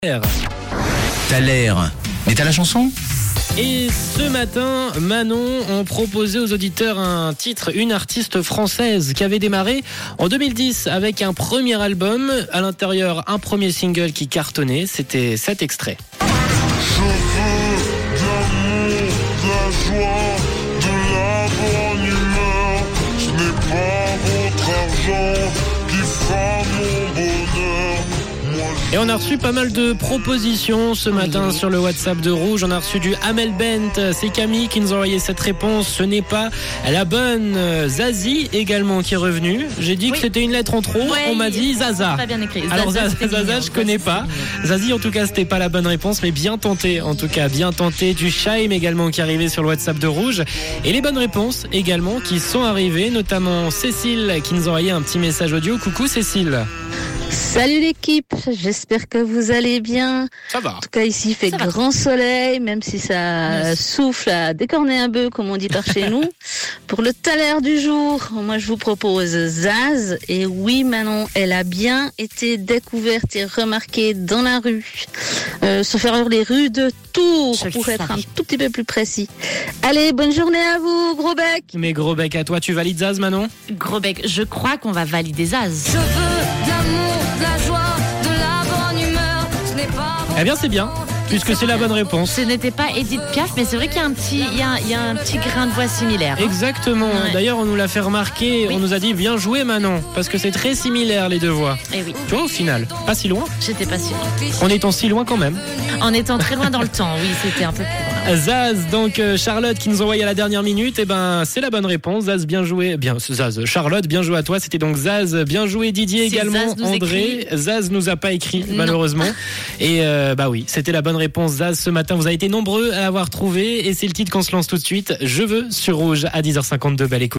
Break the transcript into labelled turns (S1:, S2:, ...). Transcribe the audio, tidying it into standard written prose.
S1: T'as l'air. Mais t'as la chanson ?
S2: Et ce matin, Manon ont proposé aux auditeurs un titre, une artiste française qui avait démarré en 2010 avec un premier album, à l'intérieur un premier single qui cartonnait, c'était cet extrait.
S3: Je veux de l'amour, de la joie, de la bonne humeur. Ce n'est pas votre argent qui fera mon bonheur.
S2: Et on a reçu pas mal de propositions ce matin sur le WhatsApp de Rouge. On a reçu du Amel Bent, c'est Camille qui nous a envoyé cette réponse. Ce n'est pas la bonne. Zazie également qui est revenue. J'ai dit que c'était une lettre en trop. On m'a dit Zaza.
S4: Pas bien écrit.
S2: Alors Zaza, je connais pas. Zazie, en tout cas, c'était pas la bonne réponse, mais bien tenté. En tout cas, bien tenté. Du Shaim également qui est arrivé sur le WhatsApp de Rouge. Et les bonnes réponses également qui sont arrivées, notamment Cécile qui nous a envoyé un petit message audio. Coucou Cécile.
S5: Salut l'équipe, j'espère que vous allez bien.
S2: Ça va.
S5: En tout cas ici il fait grand soleil, même si ça souffle à décorner un peu comme on dit par chez nous. Pour le taler du jour, moi je vous propose Zaz. Et oui Manon, elle a bien été découverte et remarquée dans la rue. Sauf erreur, les rues de Tours pour être un tout petit peu plus précis. Allez, bonne journée à vous, gros bec.
S2: Mais gros bec à toi, tu valides Zaz Manon ?
S4: Gros bec, je crois qu'on va valider Zaz.
S6: Je veux de l'amour, de la joie, de la bonne humeur. Ce n'est pas
S2: Eh bien c'est bien, puisque c'est la bonne réponse.
S4: Ce n'était pas Edith Piaf, mais c'est vrai qu'il y a un petit grain de voix similaire.
S2: Exactement.
S4: Ouais.
S2: D'ailleurs, on nous l'a fait remarquer.
S4: Oui.
S2: On nous a dit bien joué Manon, parce que c'est très similaire les deux voix.
S4: Et oui,
S2: Tu vois, au final, pas si loin.
S4: j'étais pas sûre.
S2: En étant si loin quand même.
S4: En étant très loin dans le temps, oui, c'était un peu plus loin.
S2: Zaz, donc Charlotte qui nous envoyait à la dernière minute. Eh ben, c'est la bonne réponse. Zaz, bien joué. Bien, Zaz, Charlotte, bien joué à toi. C'était donc Zaz, bien joué Didier
S4: Si
S2: également.
S4: Zaz nous
S2: André, Zaz nous a pas écrit malheureusement. Et bah oui, c'était la bonne réponse. Zaz, ce matin, vous avez été nombreux à l'avoir trouvé et c'est le titre qu'on se lance tout de suite. Je veux sur Rouge à 10h52. Belle écoute.